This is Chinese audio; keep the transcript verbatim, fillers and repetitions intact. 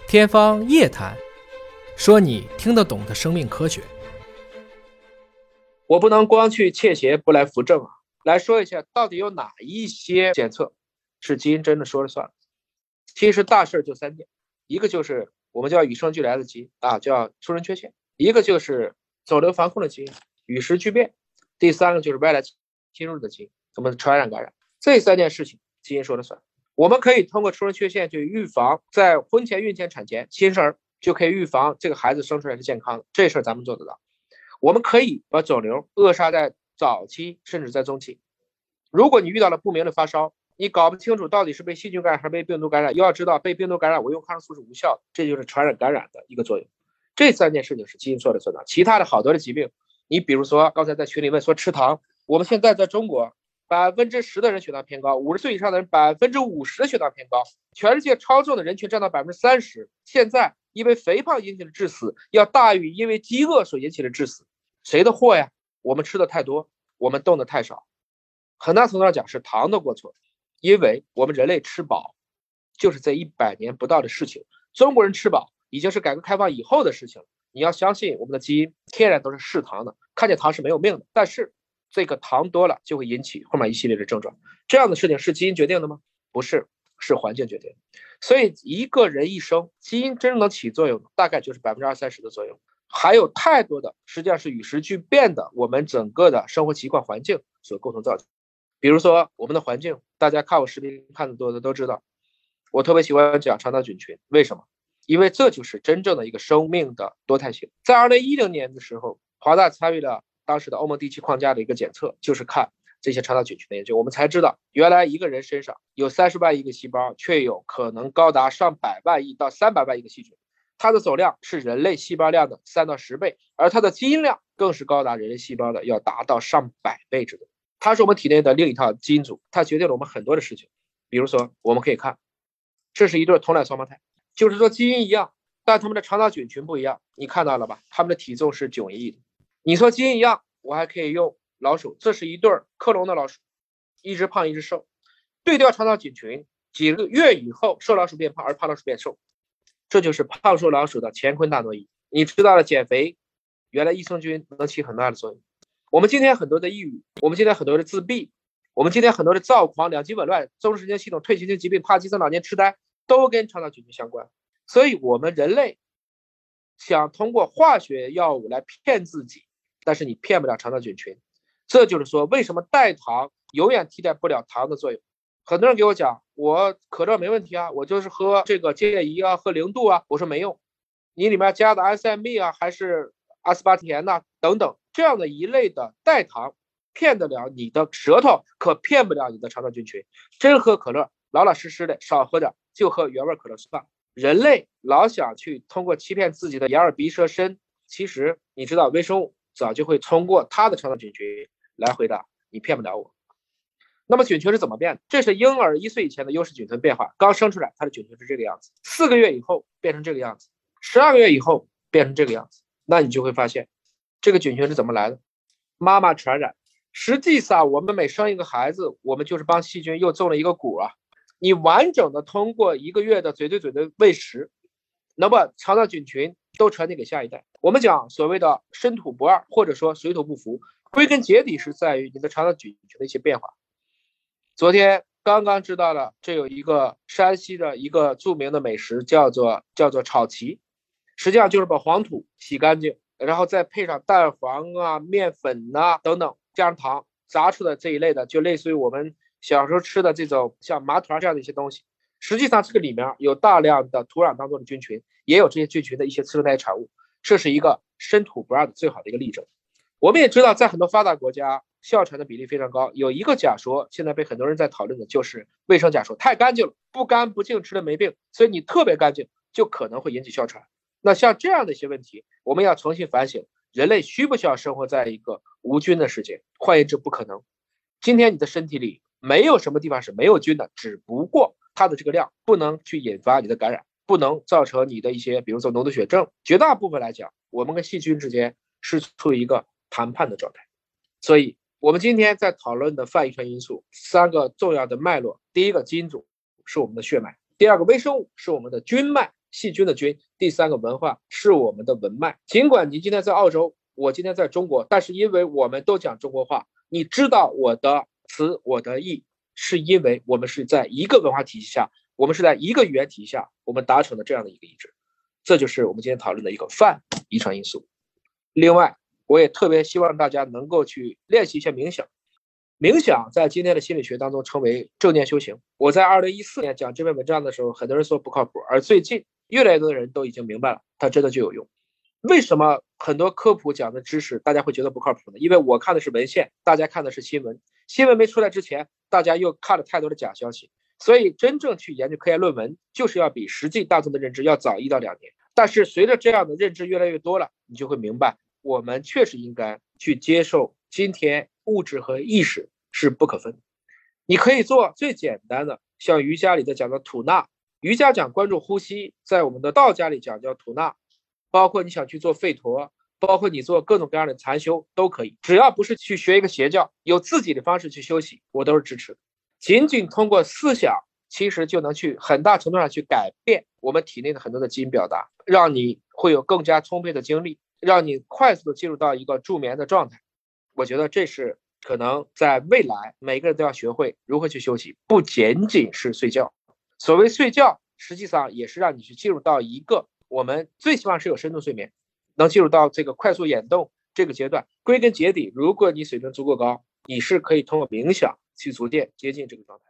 天方夜谭，说你听得懂的生命科学。 我不能光去窃邪不来扶正啊！来说一下，到底有哪一些检测是基因真的说了算了？其实大事就三件，一个就是我们叫与生俱来的基因啊，叫出生缺陷；一个就是肿瘤防控的基因，与时俱变；第三个就是外来侵入的基因，怎么传染感染。这三件事情基因说了算。我们可以通过出生缺陷就预防在婚前、孕前、产前新生儿就可以预防这个孩子生出来是健康的，这事儿咱们做得到。我们可以把肿瘤扼杀在早期甚至在中期。如果你遇到了不明的发烧，你搞不清楚到底是被细菌感染还是被病毒感染，又要知道被病毒感染我用抗生素是无效的，这就是传染感染的一个作用。这三件事情是基因说了算的。其他的好多的疾病，你比如说刚才在群里问说吃糖，我们现在在中国百分之十的人血糖偏高，五十岁以上的人百分之五十的血糖偏高，全世界超重的人群占到百分之三十。现在因为肥胖引起的致死要大于因为饥饿所引起的致死，谁的祸呀？我们吃的太多，我们动的太少。很大程度上讲是糖的过错，因为我们人类吃饱就是这一百年不到的事情。中国人吃饱已经是改革开放以后的事情了。你要相信我们的基因天然都是嗜糖的，看见糖是没有命的，但是这个糖多了就会引起后面一系列的症状。这样的事情是基因决定的吗？不是，是环境决定。所以一个人一生基因真正能起作用的大概就是百分之二三十的作用，还有太多的实际上是与时俱变的我们整个的生活习惯环境所共同造成。比如说我们的环境，大家看我视频看得多的都知道，我特别喜欢讲肠道菌群。为什么？因为这就是真正的一个生命的多态性。在二零一零年的时候，华大参与了当时的欧盟第七框架的一个检测，就是看这些肠道菌群的研究，我们才知道原来一个人身上有三十万亿个细胞，却有可能高达上百万亿到三百万亿个细菌，它的总量是人类细胞量的三到十倍，而它的基因量更是高达人类细胞的要达到上百倍之多。它是我们体内的另一套基因组，它决定了我们很多的事情。比如说我们可以看，这是一对同卵双胞胎，就是说基因一样，但他们的肠道菌群不一样。你看到了吧？他们的体重是迥异的。你说基因一样，我还可以用老鼠，这是一对克隆的老鼠，一只胖一只瘦，对调肠道菌群，几个月以后瘦老鼠变胖，而胖老鼠变瘦，这就是胖瘦老鼠的乾坤大挪移。你知道了减肥原来益生菌能起很大的作用。我们今天很多的抑郁，我们今天很多的自闭，我们今天很多的躁狂、两极紊乱、中枢神经系统退行性疾病、帕金森老年痴呆，都跟肠道菌群相关。所以我们人类想通过化学药物来骗自己，但是你骗不了肠道菌群。这就是说为什么代糖永远替代不了糖的作用。很多人给我讲，我可乐没问题啊，我就是喝这个戒怡啊，喝零度啊，我说没用，你里面加的安赛蜜啊，还是阿斯巴甜呐、啊、等等这样的一类的代糖骗得了你的舌头，可骗不了你的肠道菌群。真喝可乐老老实实的少喝点，就喝原味可乐算。人类老想去通过欺骗自己的眼耳鼻舌身，其实你知道微生物早就会通过它的肠道菌群来回答，你骗不了我。那么菌群是怎么变的？这是婴儿一岁以前的优势菌群变化，刚生出来它的菌群是这个样子，四个月以后变成这个样子，十二个月以后变成这个样子。那你就会发现这个菌群是怎么来的？妈妈传染。实际上我们每生一个孩子，我们就是帮细菌又种了一个蛊啊。你完整的通过一个月的嘴对嘴的喂食，能把肠道菌群都传递给下一代。我们讲所谓的深土不二，或者说水土不服，归根结底是在于你的肠道菌群的一些变化。昨天刚刚知道了，这有一个山西的一个著名的美食叫做叫做炒脐，实际上就是把黄土洗干净，然后再配上蛋黄啊、面粉啊等等，加上糖炸出的这一类的，就类似于我们小时候吃的这种像麻团这样的一些东西。实际上这个里面有大量的土壤当中的菌群，也有这些菌群的一些次生代产物，这是一个深土不二的最好的一个例证。我们也知道在很多发达国家哮喘的比例非常高，有一个假说现在被很多人在讨论的就是卫生假说，太干净了，不干不净吃了没病，所以你特别干净就可能会引起哮喘。那像这样的一些问题，我们要重新反省，人类需不需要生活在一个无菌的世界？换言之，不可能。今天你的身体里没有什么地方是没有菌的，只不过它的这个量不能去引发你的感染，不能造成你的一些比如说脓毒血症。绝大部分来讲，我们跟细菌之间是处于一个谈判的状态。所以我们今天在讨论的泛遗传因素三个重要的脉络，第一个基因组是我们的血脉，第二个微生物是我们的菌脉， 细菌的菌，第三个文化是我们的文脉。尽管你今天在澳洲，我今天在中国，但是因为我们都讲中国话，你知道我的词我的意，是因为我们是在一个文化体系下，我们是在一个语言体系下，我们达成了这样的一个一致。这就是我们今天讨论的一个泛遗传因素。另外，我也特别希望大家能够去练习一些冥想。冥想在今天的心理学当中称为正念修行。我在二零一四年讲这篇文章的时候，很多人说不靠谱，而最近越来越多的人都已经明白了，它真的就有用。为什么很多科普讲的知识大家会觉得不靠谱呢？因为我看的是文献，大家看的是新闻，新闻没出来之前，大家又看了太多的假消息，所以真正去研究科研论文，就是要比实际大众的认知要早一到两年。但是随着这样的认知越来越多了，你就会明白，我们确实应该去接受今天物质和意识是不可分。你可以做最简单的，像瑜伽里的讲的吐纳，瑜伽讲关注呼吸，在我们的道家里讲叫吐纳，包括你想去做吠陀，包括你做各种各样的禅修都可以，只要不是去学一个邪教，有自己的方式去休息，我都是支持的。仅仅通过思想，其实就能去很大程度上去改变我们体内的很多的基因表达，让你会有更加充沛的精力，让你快速的进入到一个助眠的状态。我觉得这是可能在未来每个人都要学会如何去休息，不仅仅是睡觉。所谓睡觉，实际上也是让你去进入到一个我们最希望是有深度睡眠，能进入到这个快速眼动这个阶段。归根结底，如果你水平足够高，你是可以通过冥想去逐渐接近这个状态。